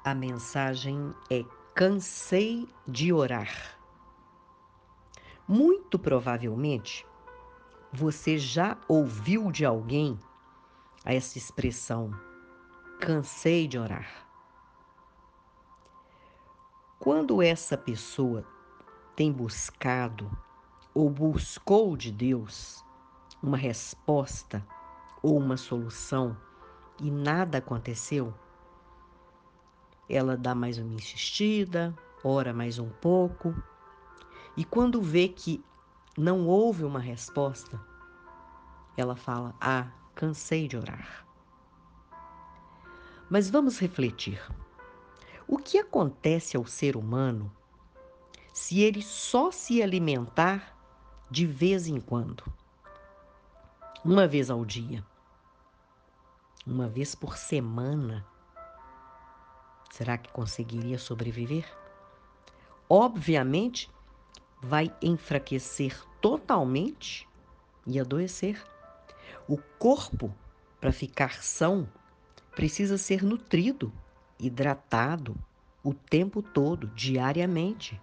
A mensagem é: cansei de orar. Muito provavelmente, você já ouviu de alguém essa expressão: cansei de orar. Quando essa pessoa tem buscado ou buscou de Deus uma resposta ou uma solução e nada aconteceu, ela dá mais uma insistida, ora mais um pouco, e quando vê que não houve uma resposta, ela fala: ah, cansei de orar. Mas vamos refletir. O que acontece ao ser humano se ele só se alimentar de vez em quando? Uma vez ao dia? Uma vez por semana? Será que conseguiria sobreviver? Obviamente, vai enfraquecer totalmente e adoecer. O corpo, para ficar são, precisa ser nutrido, hidratado o tempo todo, diariamente.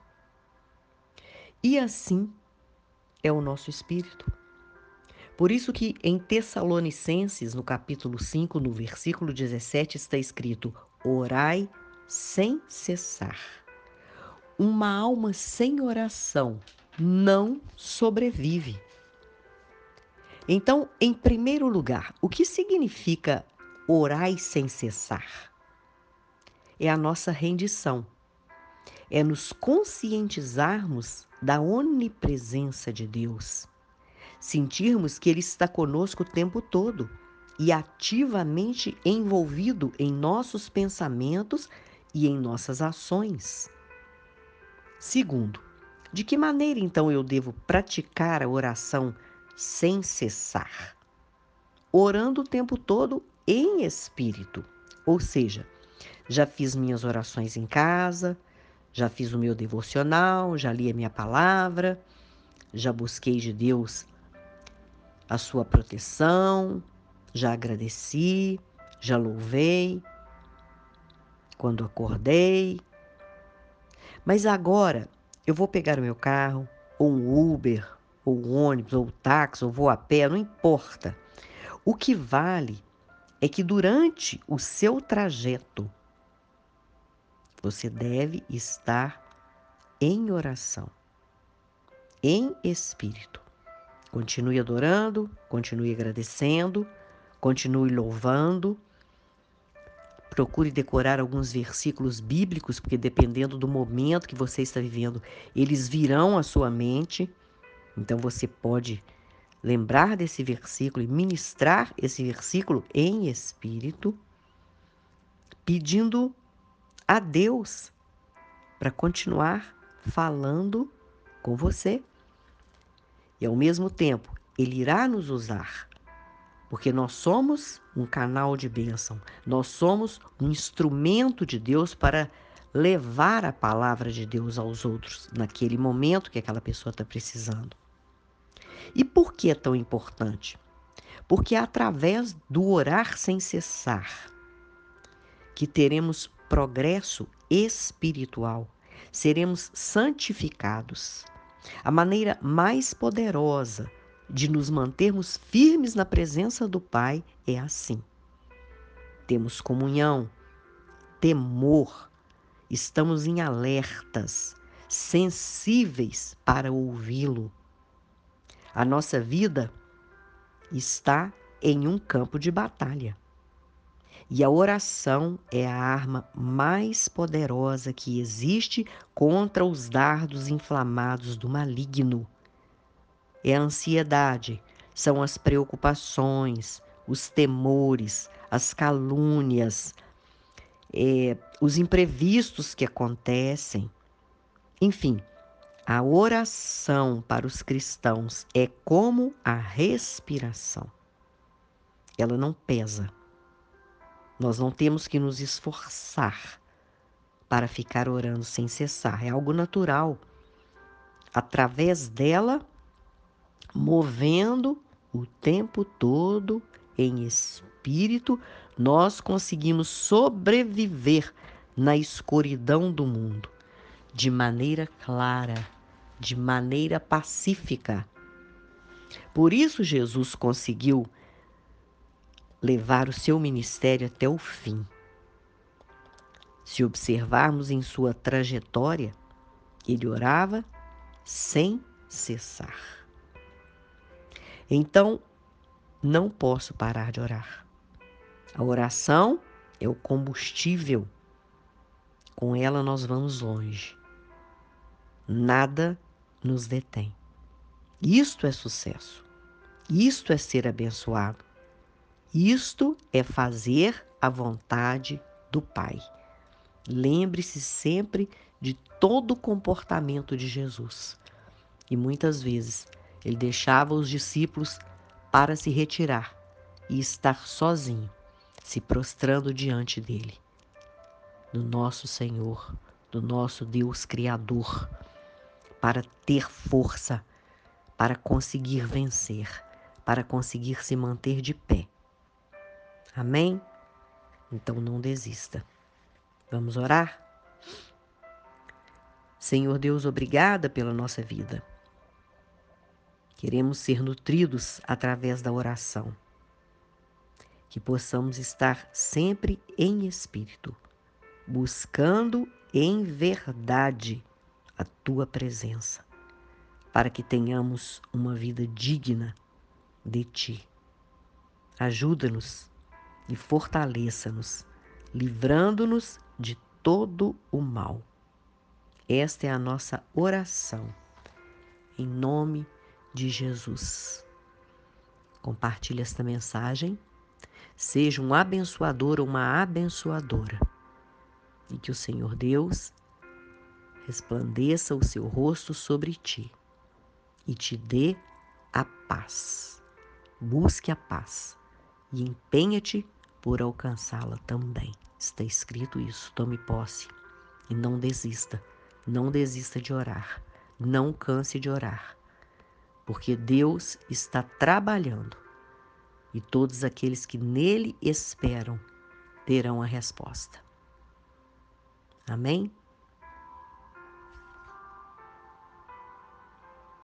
E assim é o nosso espírito. Por isso que em Tessalonicenses, no capítulo 5, no versículo 17, está escrito: orai sem cessar. Uma alma sem oração não sobrevive. Então, em primeiro lugar, o que significa orai sem cessar? É a nossa rendição. É nos conscientizarmos da onipresença de Deus. Sentirmos que Ele está conosco o tempo todo e ativamente envolvido em nossos pensamentos e em nossas ações. Segundo, de que maneira então eu devo praticar a oração sem cessar? Orando o tempo todo em espírito, ou seja, já fiz minhas orações em casa, já fiz o meu devocional, já li a minha palavra, já busquei de Deus a sua proteção, já agradeci, já louvei quando acordei. Mas agora eu vou pegar o meu carro, ou um Uber, ou um ônibus, ou um táxi, ou vou a pé, não importa. O que vale é que durante o seu trajeto você deve estar em oração, em espírito. Continue adorando, continue agradecendo, continue louvando. Procure decorar alguns versículos bíblicos, porque dependendo do momento que você está vivendo, eles virão à sua mente. Então você pode lembrar desse versículo e ministrar esse versículo em espírito, pedindo a Deus para continuar falando com você. E ao mesmo tempo, Ele irá nos usar, porque nós somos um canal de bênção, nós somos um instrumento de Deus para levar a palavra de Deus aos outros, naquele momento que aquela pessoa está precisando. E por que é tão importante? Porque é através do orar sem cessar que teremos progresso espiritual, seremos santificados. A maneira mais poderosa de nos mantermos firmes na presença do Pai é assim. Temos comunhão, temor, estamos em alertas, sensíveis para ouvi-lo. A nossa vida está em um campo de batalha. E a oração é a arma mais poderosa que existe contra os dardos inflamados do maligno. É a ansiedade, são as preocupações, os temores, as calúnias, os imprevistos que acontecem. Enfim, a oração para os cristãos é como a respiração. Ela não pesa. Nós não temos que nos esforçar para ficar orando sem cessar. É algo natural. Através dela, movendo o tempo todo em espírito, nós conseguimos sobreviver na escuridão do mundo, de maneira clara, de maneira pacífica. Por isso Jesus conseguiu levar o seu ministério até o fim. Se observarmos em sua trajetória, ele orava sem cessar. Então, não posso parar de orar. A oração é o combustível. Com ela nós vamos longe. Nada nos detém. Isto é sucesso. Isto é ser abençoado. Isto é fazer a vontade do Pai. Lembre-se sempre de todo o comportamento de Jesus. E muitas vezes ele deixava os discípulos para se retirar e estar sozinho, se prostrando diante dele, do nosso Senhor, do nosso Deus Criador, para ter força, para conseguir vencer, para conseguir se manter de pé. Amém? Então não desista. Vamos orar? Senhor Deus, obrigada pela nossa vida. Queremos ser nutridos através da oração. Que possamos estar sempre em espírito, buscando em verdade a Tua presença, para que tenhamos uma vida digna de Ti. Ajuda-nos e fortaleça-nos, livrando-nos de todo o mal. Esta é a nossa oração, em nome de Jesus. Compartilhe esta mensagem. Seja um abençoador ou uma abençoadora. E que o Senhor Deus resplandeça o seu rosto sobre ti e te dê a paz. Busque a paz e empenha-te por alcançá-la também. Está escrito isso. Tome posse e não desista. Não desista de orar. Não canse de orar. Porque Deus está trabalhando e todos aqueles que nele esperam terão a resposta. Amém?